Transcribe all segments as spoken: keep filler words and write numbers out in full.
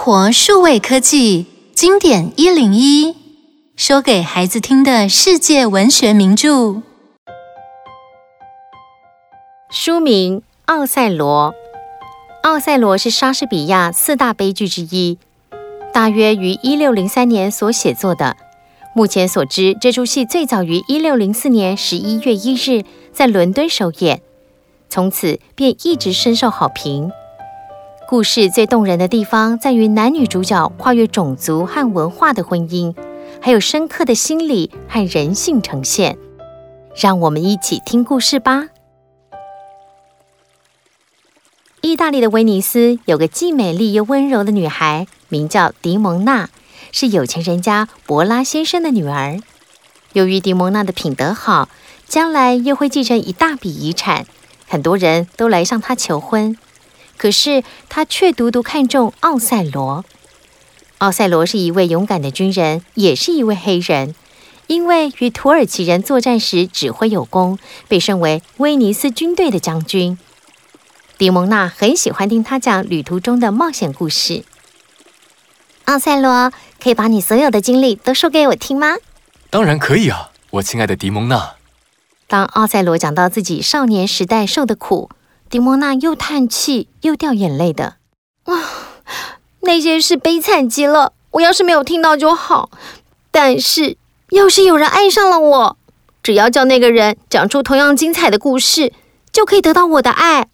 活数位科技经典一零一，说给孩子听的世界文学名著。 书名《奥赛罗》。奥赛罗是莎士比亚四大悲剧之一，大约于一六零三年所写作的。目前所知，这出戏最早于一六零四年十一月一日在伦敦首演，从此便一直深受好评。故事最动人的地方在于男女主角跨越种族和文化的婚姻，还有深刻的心理和人性呈现。让我们一起听故事吧。意大利的威尼斯有个既美丽又温柔的女孩，名叫狄蒙娜，是有钱人家博拉先生的女儿。由于狄蒙娜的品德好，将来又会继承一大笔遗产，很多人都来向她求婚。可是她却独独看中奥赛罗。奥赛罗是一位勇敢的军人，也是一位黑人，因为与土耳其人作战时指挥有功，被升为威尼斯军队的将军。狄蒙娜很喜欢听他讲旅途中的冒险故事。奥赛罗，可以把你所有的经历都说给我听吗？ 当然可以啊，我亲爱的狄蒙娜。 当奥赛罗讲到自己少年时代受的苦，狄蒙娜又叹气又掉眼泪的。哇，那些事悲惨极了，我要是没有听到就好。但是要是有人爱上了我，只要叫那个人讲出同样精彩的故事，就可以得到我的爱。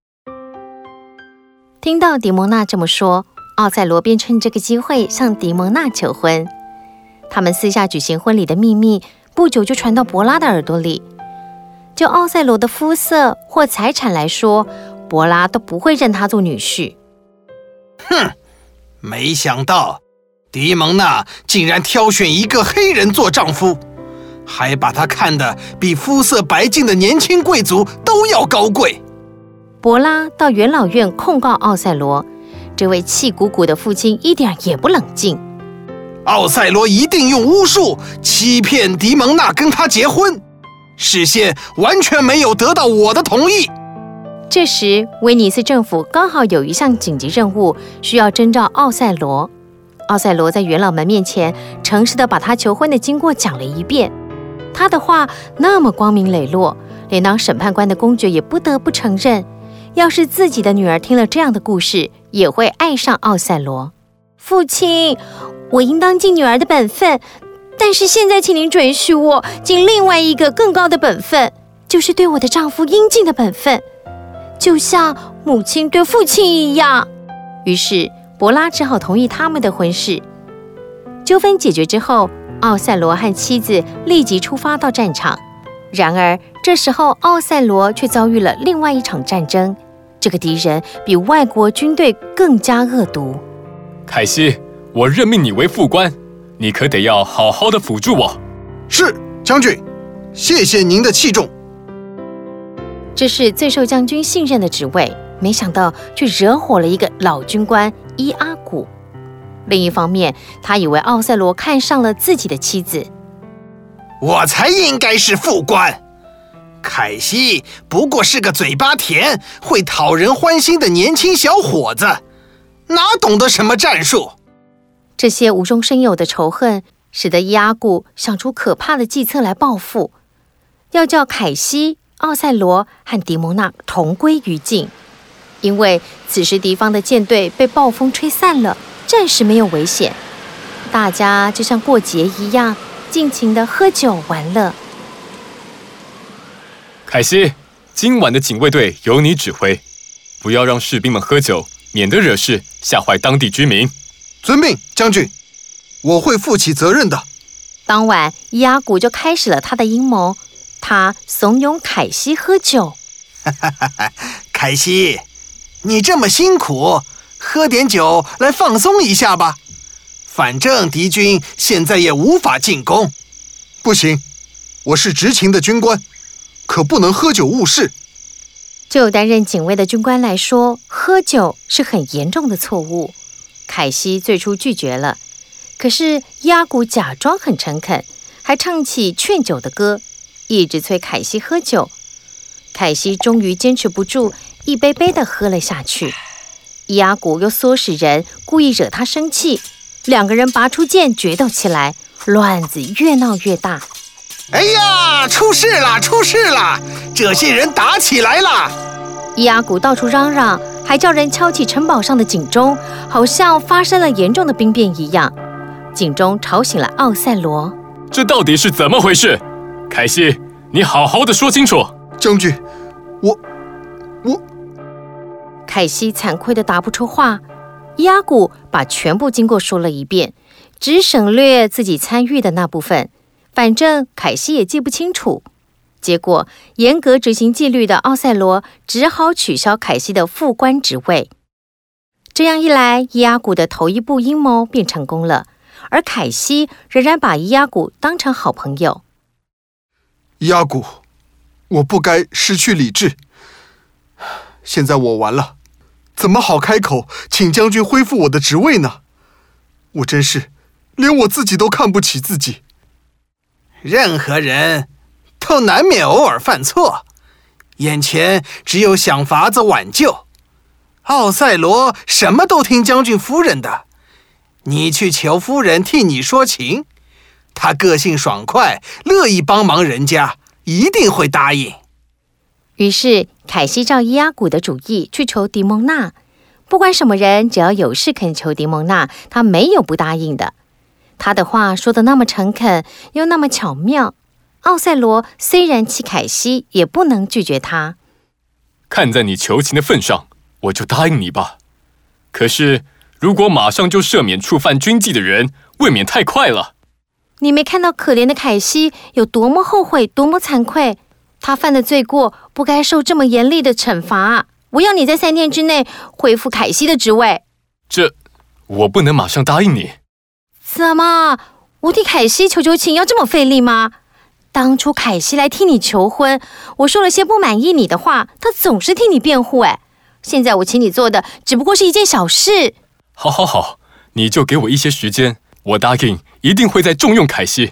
听到狄蒙娜这么说，奥赛罗便趁这个机会向狄蒙娜求婚。他们私下举行婚礼的秘密，不久就传到柏拉的耳朵里。就奥赛罗的肤色或财产来说，柏拉都不会认他做女婿。 哼，没想到狄蒙娜竟然挑选一个黑人做丈夫，还把他看得比肤色白净的年轻贵族都要高贵。 柏拉到元老院控告奥赛罗，这位气鼓鼓的父亲一点也不冷静。 奥赛罗一定用巫术欺骗狄蒙娜跟他结婚，事先完全没有得到我的同意。 这时威尼斯政府刚好有一项紧急任务需要征召奥赛罗。奥赛罗在元老们面前诚实地把他求婚的经过讲了一遍。他的话那么光明磊落，连当审判官的公爵也不得不承认，要是自己的女儿听了这样的故事，也会爱上奥赛罗。父亲，我应当尽女儿的本分，但是现在请您准许我尽另外一个更高的本分，就是对我的丈夫应尽的本分，就像母亲对父亲一样。于是柏拉只好同意他们的婚事。纠纷解决之后，奥赛罗和妻子立即出发到战场。然而这时候奥赛罗却遭遇了另外一场战争，这个敌人比外国军队更加恶毒。 凯西，我任命你为副官，你可得要好好的辅助我。 是，将军，谢谢您的器重。 这是最受将军信任的职位，没想到却惹火了一个老军官伊阿古。另一方面，他以为奥赛罗看上了自己的妻子。 我才应该是副官，凯西不过是个嘴巴甜、会讨人欢心的年轻小伙子，哪懂得什么战术？ 这些无中生有的仇恨，使得伊阿古想出可怕的计策来报复，要叫凯西、奥赛罗和狄蒙娜同归于尽。因为此时敌方的舰队被暴风吹散了，暂时没有危险，大家就像过节一样，尽情的喝酒玩乐。 凯西，今晚的警卫队由你指挥，不要让士兵们喝酒，免得惹事，吓坏当地居民。 遵命，将军，我会负起责任的。 当晚，伊阿古就开始了他的阴谋，他怂恿凯西喝酒。 凯西，你这么辛苦，喝点酒来放松一下吧。反正敌军现在也无法进攻。不行，我是执勤的军官，可不能喝酒误事。 就担任警卫的军官来说，喝酒是很严重的错误。凯西最初拒绝了，可是伊阿古假装很诚恳，还唱起劝酒的歌，一直催凯西喝酒。凯西终于坚持不住，一杯杯地喝了下去。 伊阿古又唆使人故意惹他生气，两个人拔出剑决斗起来，乱子越闹越大。 哎呀，出事了，出事了！这些人打起来了！ 伊阿古到处嚷嚷，还叫人敲起城堡上的警钟，好像发生了严重的兵变一样。警钟吵醒了奥赛罗。 这到底是怎么回事？凯西，你好好的说清楚。 将军，我我…… 凯西惭愧的答不出话。伊阿古把全部经过说了一遍，只省略自己参与的那部分，反正凯西也记不清楚。结果，严格执行纪律的奥赛罗只好取消凯西的副官职位。这样一来，伊阿古的头一步阴谋便成功了，而凯西仍然把伊阿古当成好朋友。 伊阿古，我不该失去理智。现在我完了，怎么好开口请将军恢复我的职位呢？我真是连我自己都看不起自己。 任何人都难免偶尔犯错，眼前只有想法子挽救。奥赛罗什么都听将军夫人的，你去求夫人替你说情，她个性爽快，乐意帮忙人家，一定会答应。 于是凯西照伊阿古的主意去求狄蒙娜。不管什么人，只要有事恳求狄蒙娜，他没有不答应的。他的话说得那么诚恳，又那么巧妙，奥赛罗虽然气凯西，也不能拒绝他。 看在你求情的份上，我就答应你吧。可是，如果马上就赦免触犯军纪的人，未免太快了。 你没看到可怜的凯西有多么后悔，多么惭愧？他犯的罪过不该受这么严厉的惩罚。我要你在三天之内恢复凯西的职位。 这，我不能马上答应你。 怎么？我替凯西求求情要这么费力吗？当初凯西来替你求婚，我说了些不满意你的话，他总是替你辩护。哎，现在我请你做的只不过是一件小事。 好好好，你就给我一些时间，我答应一定会再重用凯西。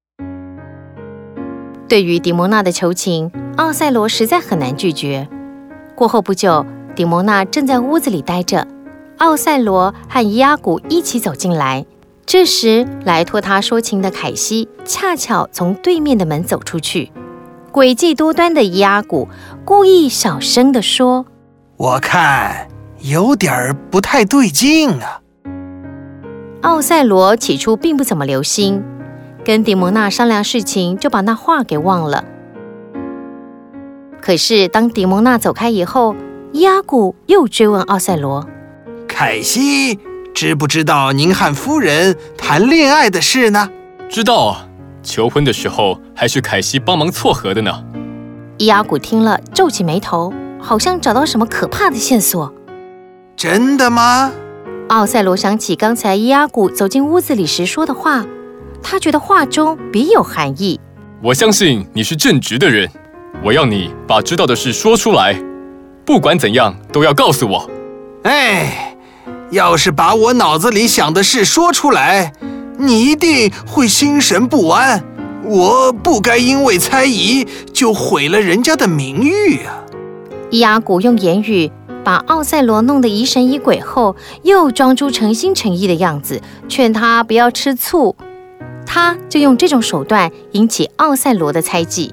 对于狄蒙娜的求情，奥赛罗实在很难拒绝。过后不久，狄蒙娜正在屋子里待着，奥赛罗和伊阿古一起走进来。这时，来托他说情的凯西恰巧从对面的门走出去。诡计多端的伊阿古故意小声地说：“ 我看有点不太对劲啊。” 奥赛罗起初并不怎么留心，跟狄蒙娜商量事情，就把那话给忘了。可是当狄蒙娜走开以后，伊阿古又追问奥赛罗：“ 凯西知不知道您和夫人谈恋爱的事呢？”“ 知道啊，求婚的时候还是凯西帮忙撮合的呢。” 伊阿古听了皱起眉头，好像找到什么可怕的线索。 “真的吗？” 奥赛罗想起刚才伊阿古走进屋子里时说的话，他觉得话中别有含义。 “我相信你是正直的人，我要你把知道的事说出来，不管怎样都要告诉我。”“ 哎，要是把我脑子里想的事说出来，你一定会心神不安。我不该因为猜疑就毁了人家的名誉啊！” 伊阿古用言语把奥赛罗弄得疑神疑鬼后，又装出诚心诚意的样子，劝他不要吃醋。他就用这种手段引起奥赛罗的猜忌。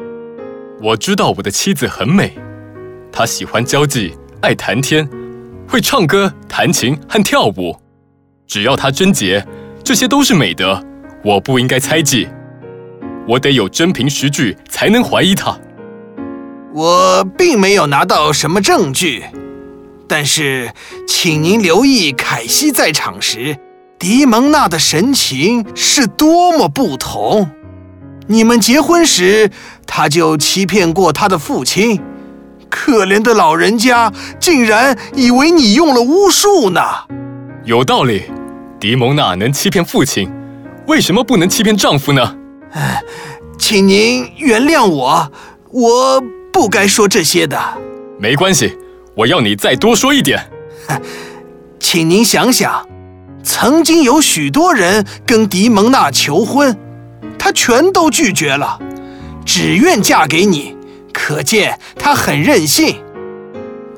“我知道我的妻子很美，她喜欢交际，爱谈天，会唱歌、弹琴和跳舞。只要她贞洁，这些都是美德，我不应该猜忌。我得有真凭实据才能怀疑她。”“ 我并没有拿到什么证据，但是请您留意凯西在场时，狄蒙娜的神情是多么不同。你们结婚时，他就欺骗过他的父亲，可怜的老人家竟然以为你用了巫术呢。”“ 有道理，狄蒙娜能欺骗父亲，为什么不能欺骗丈夫呢？”“ 请您原谅我，我不该说这些的。”“ 没关系，我要你再多说一点。”“ 请您想想，曾经有许多人跟狄蒙娜求婚，她全都拒绝了，只愿嫁给你，可见她很任性。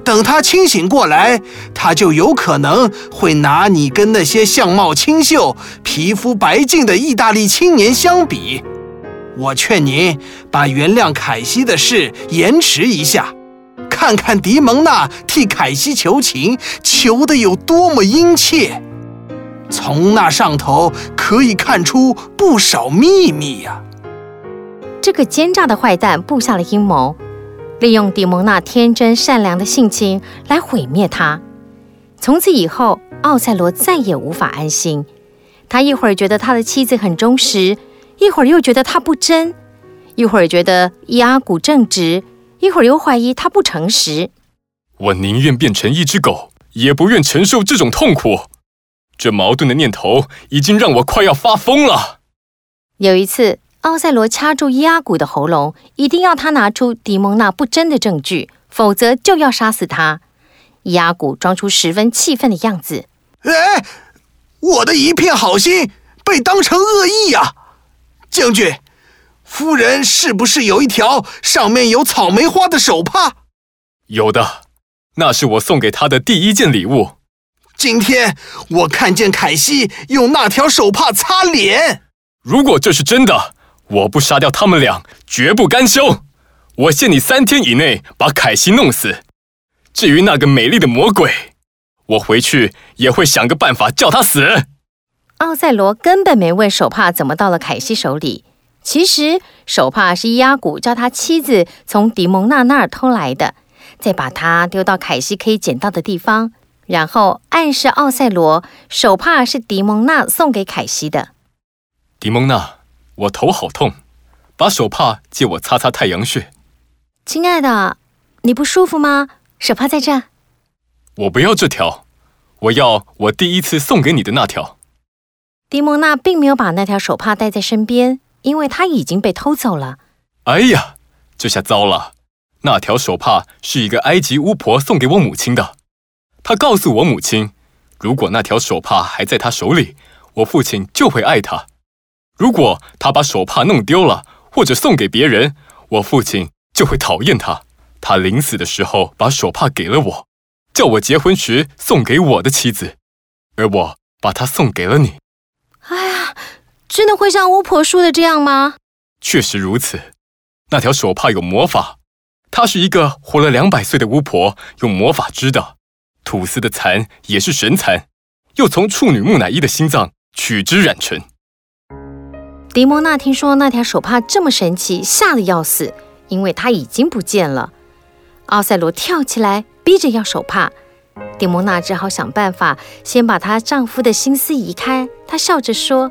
等他清醒过来，他就有可能会拿你跟那些相貌清秀、皮肤白净的意大利青年相比。我劝您把原谅凯西的事延迟一下，看看迪蒙娜替凯西求情，求得有多么殷切。从那上头可以看出不少秘密呀、啊。 这个奸诈的坏蛋布下了阴谋，利用迪蒙娜天真善良的性情来毁灭她。从此以后，奥赛罗再也无法安心。他一会儿觉得他的妻子很忠实，一会儿又觉得他不真，一会儿觉得伊阿古正直，一会儿又怀疑他不诚实。 我宁愿变成一只狗，也不愿承受这种痛苦。这矛盾的念头已经让我快要发疯了。 有一次，奥赛罗掐住伊阿古的喉咙，一定要他拿出迪蒙娜不真的证据，否则就要杀死他。伊阿古装出十分气愤的样子。 哎，我的一片好心被当成恶意呀、啊！将军，夫人是不是有一条上面有草莓花的手帕？ 有的，那是我送给她的第一件礼物。 今天我看见凯西用那条手帕擦脸。 如果这是真的，我不杀掉他们俩，绝不甘休。我限你三天以内把凯西弄死。至于那个美丽的魔鬼，我回去也会想个办法叫他死。 奥赛罗根本没问手帕怎么到了凯西手里。其实手帕是伊阿古叫他妻子从迪蒙娜那儿偷来的，再把它丢到凯西可以捡到的地方，然后暗示奥赛罗手帕是迪蒙娜送给凯西的。 迪蒙娜，我头好痛，把手帕借我擦擦太阳穴。 亲爱的，你不舒服吗？手帕在这。 我不要这条，我要我第一次送给你的那条。 迪蒙娜并没有把那条手帕带在身边，因为它已经被偷走了。 哎呀，这下糟了！那条手帕是一个埃及巫婆送给我母亲的。她告诉我母亲，如果那条手帕还在她手里，我父亲就会爱她；如果她把手帕弄丢了，或者送给别人，我父亲就会讨厌她。他临死的时候把手帕给了我，叫我结婚时送给我的妻子，而我把它送给了你。 哎呀，真的会像巫婆说的这样吗？ 确实如此。那条手帕有魔法，她是一个活了两百岁的巫婆用魔法织的。吐丝的蚕也是神蚕，又从处女木乃伊的心脏取之染成。 迪蒙娜听说那条手帕这么神奇，吓得要死，因为它已经不见了。奥赛罗跳起来，逼着要手帕。迪蒙娜只好想办法先把她丈夫的心思移开。她笑着说：“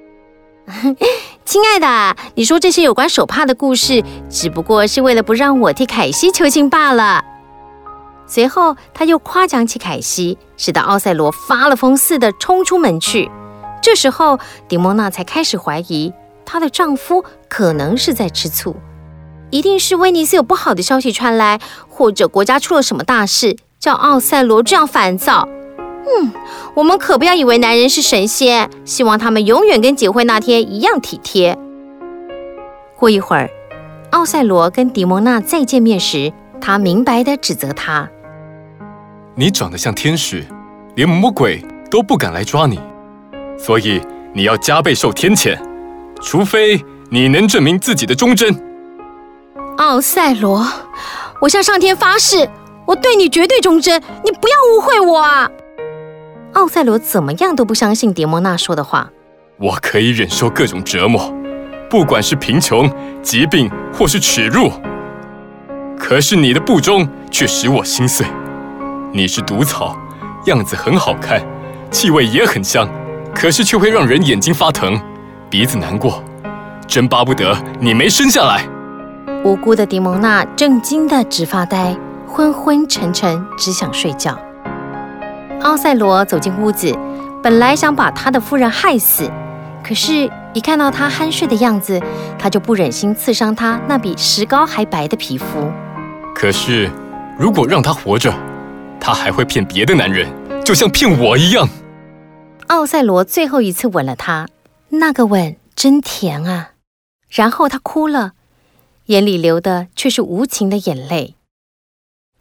亲爱的，你说这些有关手帕的故事，只不过是为了不让我替凯西求情罢了。”随后，她又夸奖起凯西，使得奥赛罗发了疯似的冲出门去。这时候，迪蒙娜才开始怀疑她的丈夫可能是在吃醋。一定是威尼斯有不好的消息传来，或者国家出了什么大事，叫奥赛罗这样烦躁。嗯，我们可不要以为男人是神仙，希望他们永远跟结婚那天一样体贴。过一会儿，奥赛罗跟迪蒙娜再见面时，他明白地指责她：“ 你长得像天使，连魔鬼都不敢来抓你，所以你要加倍受天谴，除非你能证明自己的忠贞。” 奥赛罗，我向上天发誓，我对你绝对忠贞，你不要误会我啊！奥赛罗怎么样都不相信迪蒙娜说的话。 我可以忍受各种折磨，不管是贫穷、疾病或是耻辱。可是你的不忠却使我心碎。你是毒草，样子很好看，气味也很香，可是却会让人眼睛发疼，鼻子难过。真巴不得你没生下来。 无辜的迪蒙娜震惊的直发呆，昏昏沉沉，只想睡觉。奥赛罗走进屋子，本来想把他的夫人害死，可是一看到他酣睡的样子，他就不忍心刺伤他那比石膏还白的皮肤。 可是如果让他活着，他还会骗别的男人，就像骗我一样。 奥赛罗最后一次吻了她，那个吻真甜啊！然后他哭了，眼里流的却是无情的眼泪。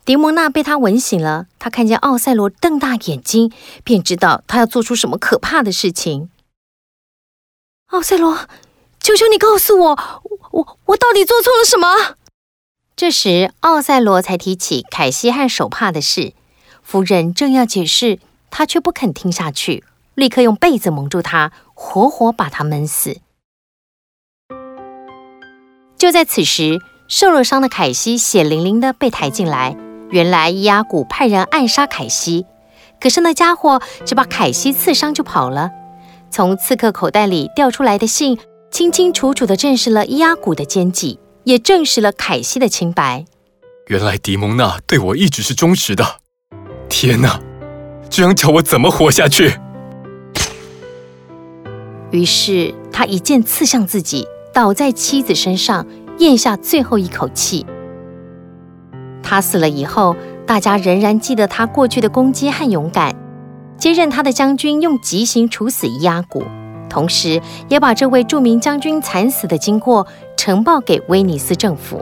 狄蒙娜被他吻醒了，他看见奥赛罗瞪大眼睛，便知道他要做出什么可怕的事情。奥赛罗，求求你告诉我，我我到底做错了什么？这时，奥赛罗才提起凯西和手帕的事。夫人正要解释，他却不肯听下去，立刻用被子蒙住他，活活把他闷死。就在此时，受了伤的凯西血淋淋的被抬进来。原来伊阿古派人暗杀凯西，可是那家伙只把凯西刺伤就跑了。从刺客口袋里调出来的信，清清楚楚地证实了伊阿古的奸计，也证实了凯西的清白。 原来狄蒙娜对我一直是忠实的。天哪，这样叫我怎么活下去？ 于是他一剑刺向自己，倒在妻子身上，咽下最后一口气。他死了以后，大家仍然记得他过去的攻击和勇敢。接任他的将军用极刑处死伊阿古，同时也把这位著名将军惨死的经过呈报给威尼斯政府。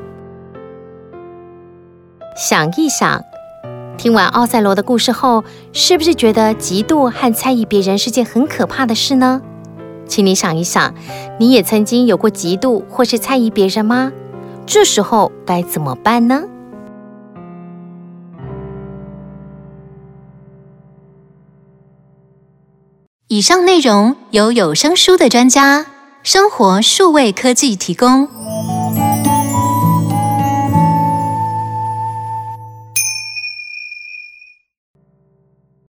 想一想，听完奥赛罗的故事后，是不是觉得嫉妒和猜疑别人是件很可怕的事呢？请你想一想，你也曾经有过嫉妒或是猜疑别人吗？这时候该怎么办呢？ 以上内容由有声书的专家生活数位科技提供。